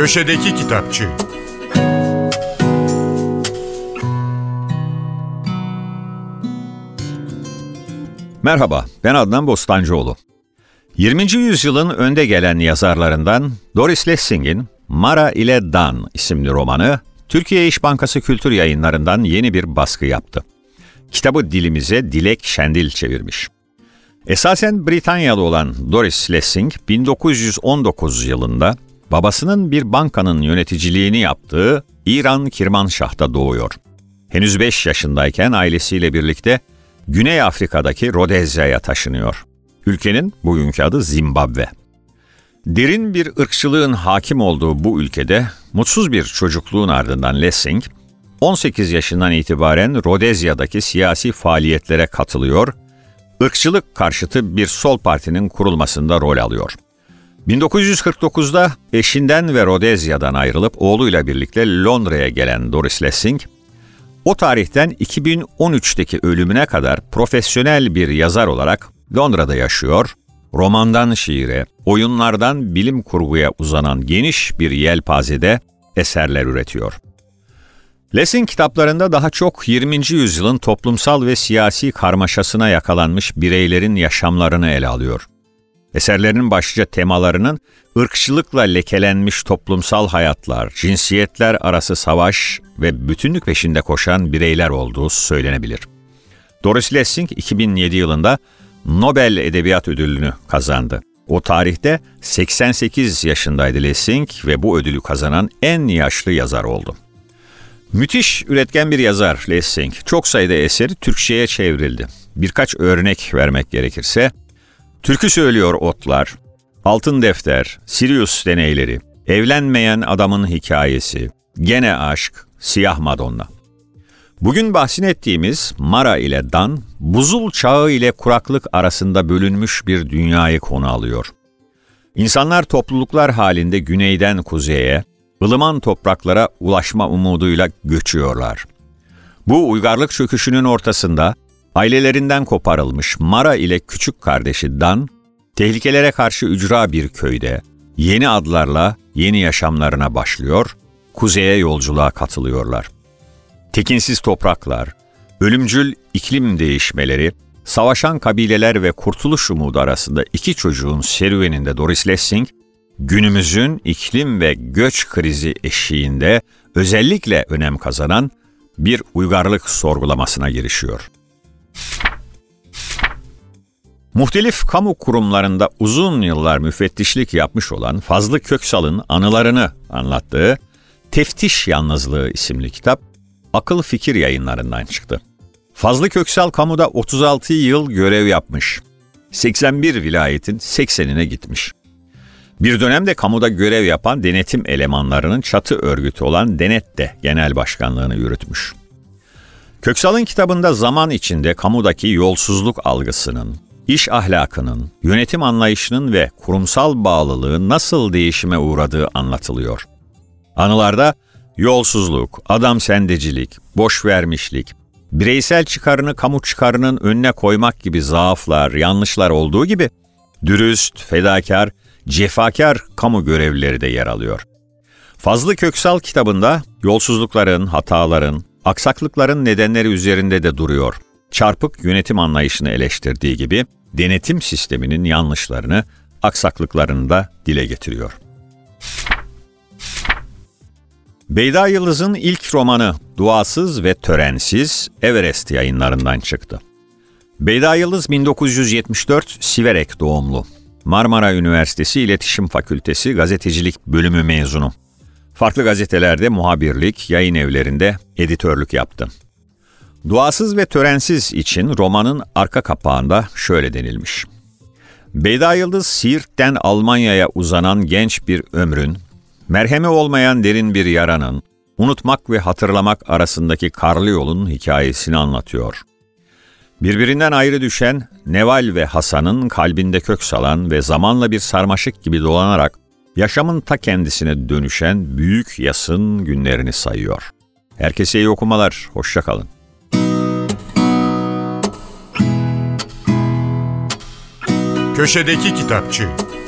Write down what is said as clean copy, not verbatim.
Köşedeki Kitapçı. Merhaba, ben Adnan Bostancıoğlu. 20. yüzyılın önde gelen yazarlarından Doris Lessing'in Mara ile Dan isimli romanı, Türkiye İş Bankası Kültür Yayınları'ndan yeni bir baskı yaptı. Kitabı dilimize Dilek Şendil çevirmiş. Esasen Britanyalı olan Doris Lessing, 1919 yılında babasının bir bankanın yöneticiliğini yaptığı İran Kirmanşah'ta doğuyor. Henüz 5 yaşındayken ailesiyle birlikte Güney Afrika'daki Rodezya'ya taşınıyor. Ülkenin bugünkü adı Zimbabwe. Derin bir ırkçılığın hakim olduğu bu ülkede mutsuz bir çocukluğun ardından Lessing, 18 yaşından itibaren Rodezya'daki siyasi faaliyetlere katılıyor, ırkçılık karşıtı bir sol partinin kurulmasında rol alıyor. 1949'da eşinden ve Rodezya'dan ayrılıp oğluyla birlikte Londra'ya gelen Doris Lessing, o tarihten 2013'teki ölümüne kadar profesyonel bir yazar olarak Londra'da yaşıyor, romandan şiire, oyunlardan bilim kurguya uzanan geniş bir yelpazede eserler üretiyor. Lessing kitaplarında daha çok 20. yüzyılın toplumsal ve siyasi karmaşasına yakalanmış bireylerin yaşamlarını ele alıyor. Eserlerinin başlıca temalarının ırkçılıkla lekelenmiş toplumsal hayatlar, cinsiyetler arası savaş ve bütünlük peşinde koşan bireyler olduğu söylenebilir. Doris Lessing 2007 yılında Nobel Edebiyat Ödülünü kazandı. O tarihte 88 yaşındaydı Lessing ve bu ödülü kazanan en yaşlı yazar oldu. Müthiş üretken bir yazar Lessing. Çok sayıda eseri Türkçe'ye çevrildi. Birkaç örnek vermek gerekirse, Türkü Söylüyor Otlar, Altın Defter, Sirius Deneyleri, Evlenmeyen Adamın Hikayesi, Gene Aşk, Siyah Madonna. Bugün bahsini ettiğimiz Mara ile Dan, buzul çağı ile kuraklık arasında bölünmüş bir dünyayı konu alıyor. İnsanlar topluluklar halinde güneyden kuzeye, ılıman topraklara ulaşma umuduyla göçüyorlar. Bu uygarlık çöküşünün ortasında ailelerinden koparılmış Mara ile küçük kardeşi Dan, tehlikelere karşı ücra bir köyde yeni adlarla yeni yaşamlarına başlıyor, kuzeye yolculuğa katılıyorlar. Tekinsiz topraklar, ölümcül iklim değişmeleri, savaşan kabileler ve kurtuluş umudu arasında iki çocuğun serüveninde Doris Lessing, günümüzün iklim ve göç krizi eşiğinde özellikle önem kazanan bir uygarlık sorgulamasına girişiyor. Muhtelif kamu kurumlarında uzun yıllar müfettişlik yapmış olan Fazlı Köksal'ın anılarını anlattığı Teftiş Yalnızlığı isimli kitap, Akıl Fikir Yayınları'ndan çıktı. Fazlı Köksal kamuda 36 yıl görev yapmış. 81 vilayetin 80'ine gitmiş. Bir dönemde kamuda görev yapan denetim elemanlarının çatı örgütü olan Denet'te genel başkanlığını yürütmüş. Köksal'ın kitabında zaman içinde kamudaki yolsuzluk algısının, iş ahlakının, yönetim anlayışının ve kurumsal bağlılığın nasıl değişime uğradığı anlatılıyor. Anılarda yolsuzluk, adamsendecilik, boşvermişlik, bireysel çıkarını kamu çıkarının önüne koymak gibi zaaflar, yanlışlar olduğu gibi dürüst, fedakar, cefakar kamu görevlileri de yer alıyor. Fazlı Köksal kitabında yolsuzlukların, hataların, aksaklıkların nedenleri üzerinde de duruyor. Çarpık yönetim anlayışını eleştirdiği gibi denetim sisteminin yanlışlarını, aksaklıklarını da dile getiriyor. Beyda Yıldız'ın ilk romanı Duasız ve Törensiz Everest Yayınları'ndan çıktı. Beyda Yıldız 1974 Siverek doğumlu. Marmara Üniversitesi İletişim Fakültesi Gazetecilik Bölümü mezunu. Farklı gazetelerde muhabirlik, yayın evlerinde editörlük yaptı. Duasız ve Törensiz için romanın arka kapağında şöyle denilmiş. Beyda Yıldız, Siirt'ten Almanya'ya uzanan genç bir ömrün, merhemi olmayan derin bir yaranın, unutmak ve hatırlamak arasındaki karlı yolun hikayesini anlatıyor. Birbirinden ayrı düşen Neval ve Hasan'ın kalbinde kök salan ve zamanla bir sarmaşık gibi dolanarak yaşamın ta kendisine dönüşen büyük yasın günlerini sayıyor. Herkese iyi okumalar, hoşça kalın. Köşedeki Kitapçı.